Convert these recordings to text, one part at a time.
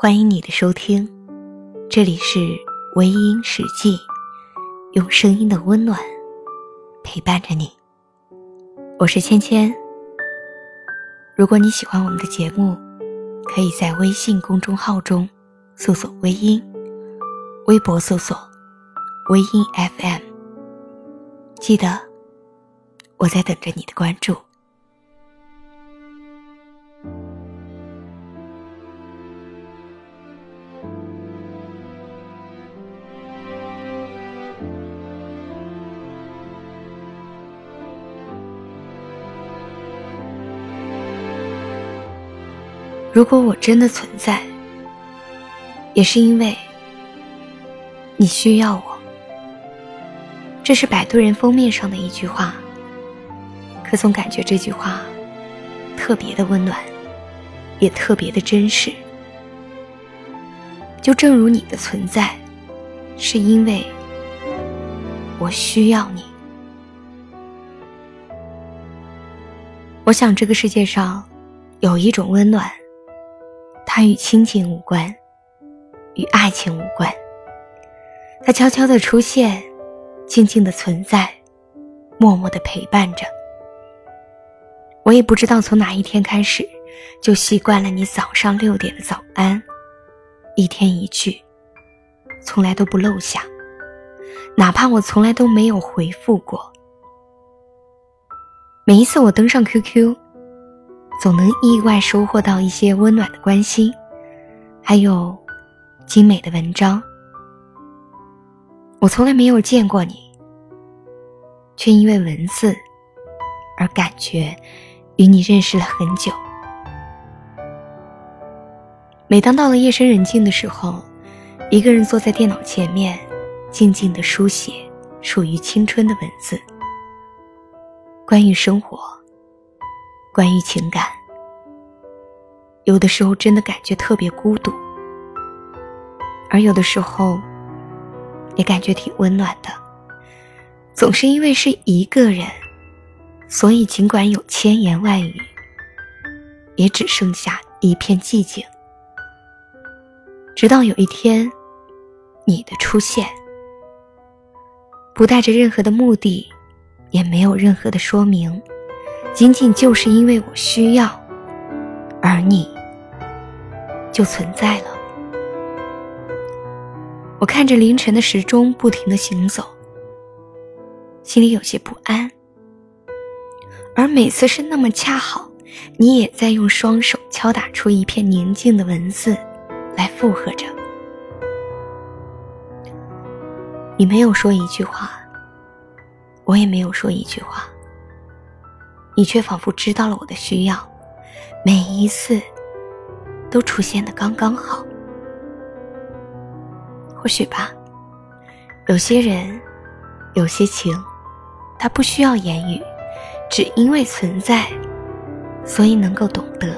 欢迎你的收听，这里是微音史记，用声音的温暖陪伴着你。我是芊芊。如果你喜欢我们的节目，可以在微信公众号中搜索微音，微博搜索微音 FM。 记得我在等着你的关注。如果我真的存在，也是因为你需要我。这是摆渡人封面上的一句话，可总感觉这句话特别的温暖，也特别的真实。就正如你的存在，是因为我需要你。我想这个世界上有一种温暖，它与亲情无关，与爱情无关，它悄悄地出现，静静地存在，默默地陪伴着。我也不知道从哪一天开始，就习惯了你早上6点的早安，一天一句，从来都不漏下，哪怕我从来都没有回复过。每一次我登上 QQ，总能意外收获到一些温暖的关心，还有精美的文章。我从来没有见过你，却因为文字而感觉与你认识了很久。每当到了夜深人静的时候，一个人坐在电脑前面，静静地书写属于青春的文字，关于生活，关于情感。有的时候真的感觉特别孤独，而有的时候也感觉挺温暖的。总是因为是一个人，所以尽管有千言万语，也只剩下一片寂静。直到有一天，你的出现，不带着任何的目的，也没有任何的说明，仅仅就是因为我需要，而你就存在了。我看着凌晨的时钟不停地行走，心里有些不安，而每次是那么恰好，你也在用双手敲打出一片宁静的文字来附和着。你没有说一句话，我也没有说一句话，你却仿佛知道了我的需要，每一次都出现得刚刚好。或许吧，有些人，有些情，它不需要言语，只因为存在，所以能够懂得。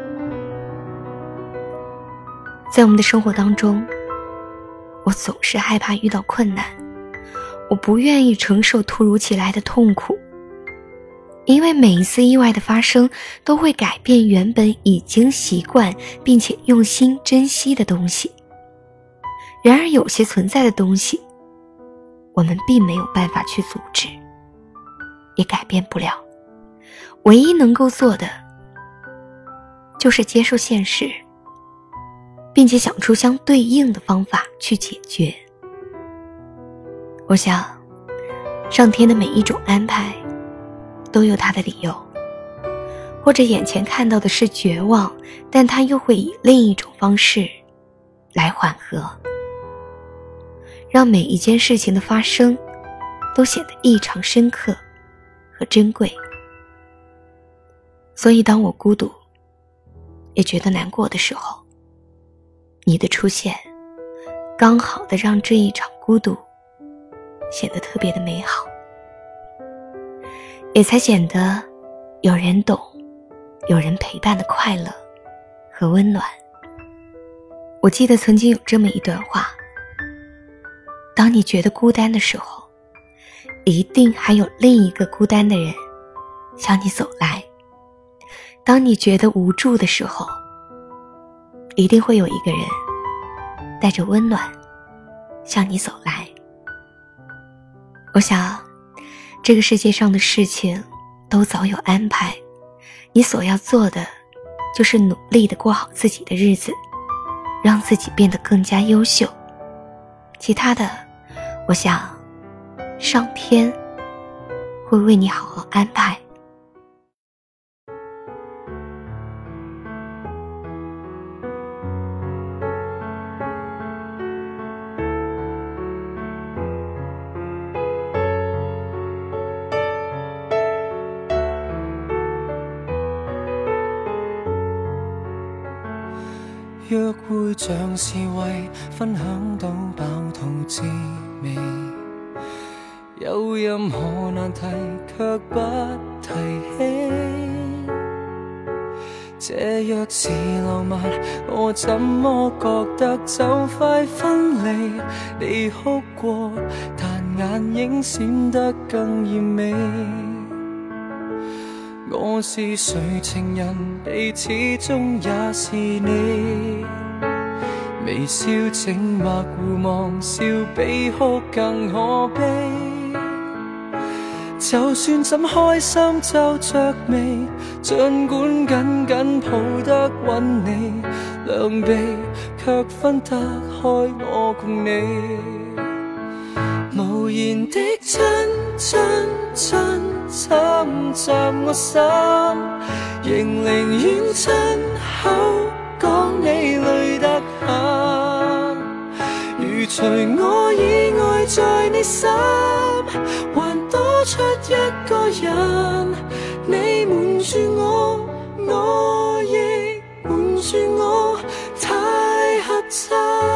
在我们的生活当中，我总是害怕遇到困难，我不愿意承受突如其来的痛苦，因为每一次意外的发生都会改变原本已经习惯并且用心珍惜的东西。然而有些存在的东西，我们并没有办法去阻止，也改变不了。唯一能够做的，就是接受现实，并且想出相对应的方法去解决。我想，上天的每一种安排都有它的理由，或者眼前看到的是绝望，但它又会以另一种方式来缓和，让每一件事情的发生都显得异常深刻和珍贵。所以当我孤独也觉得难过的时候，你的出现刚好的让这一场孤独显得特别的美好，也才显得有人懂，有人陪伴的快乐和温暖。我记得曾经有这么一段话，当你觉得孤单的时候，一定还有另一个孤单的人向你走来。当你觉得无助的时候， 一定会有一个人带着温暖向你走来。我想这个世界上的事情都早有安排，你所要做的就是努力地过好自己的日子，让自己变得更加优秀。其他的，我想上天会为你好好安排。 約會像是為分享到飽肚滋味，有任何難題卻不提起。這若是浪漫，我怎麼覺得就快分離？你哭過，但眼影閃得更豔美。我是誰情人，你始終也是你。微笑靜默互望，笑比哭更可悲。就算怎開心皺着眉，儘管緊緊抱得穩你，兩臂卻分得開我共你。無言的親親親侵襲我心，仍寧願親口講你累得很。如除我以外在你心，還多出一個人，你瞞住我，我亦瞞住我，太合襯。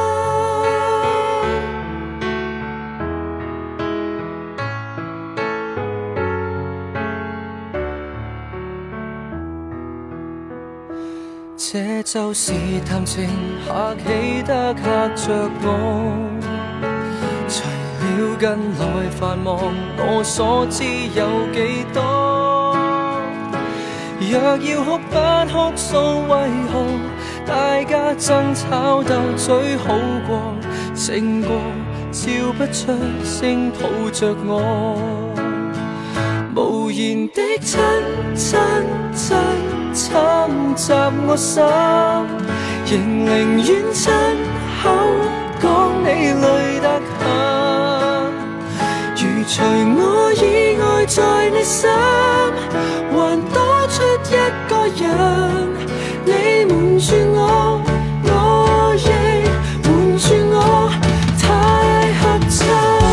這就是談情客氣得嚇着我，除了近來繁忙，我所知有幾多？若要哭不哭訴，為何大家爭吵鬥嘴好過，勝過笑不出聲抱着我，無言的親親親侵襲我心，仍寧願親口講你累得很。如除我以外在你心，還多出一個人，你瞞住我，我亦瞞住我，太合襯。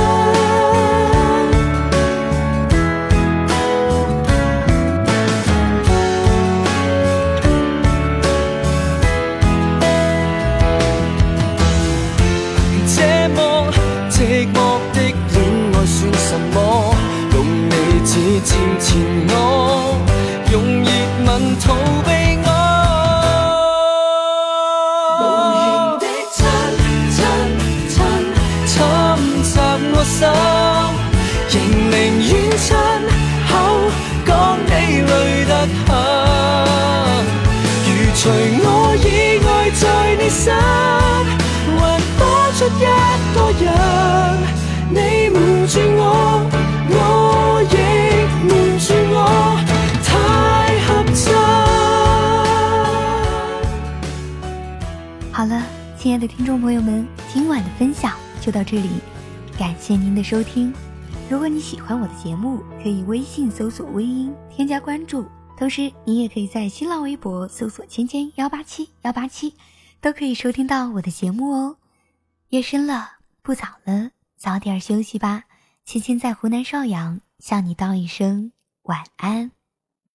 寂寞的戀愛算什麼？用你指尖纏我，用熱吻逃避我。無言的親親親侵襲我心，仍寧願親口講你累得很。如除我以外在你心，還多出一個人，你瞞住我，我亦瞞住我，太合襯。 好了，亲爱的听众朋友们，今晚的分享就到这里，感谢您的收听。如果你喜欢我的节目，可以微信搜索微音添加关注，同时你也可以在新浪微博搜索18187，都可以收听到我的节目哦。夜深了，不早了，早点休息吧。芊芊在湖南邵阳向你道一声晚安。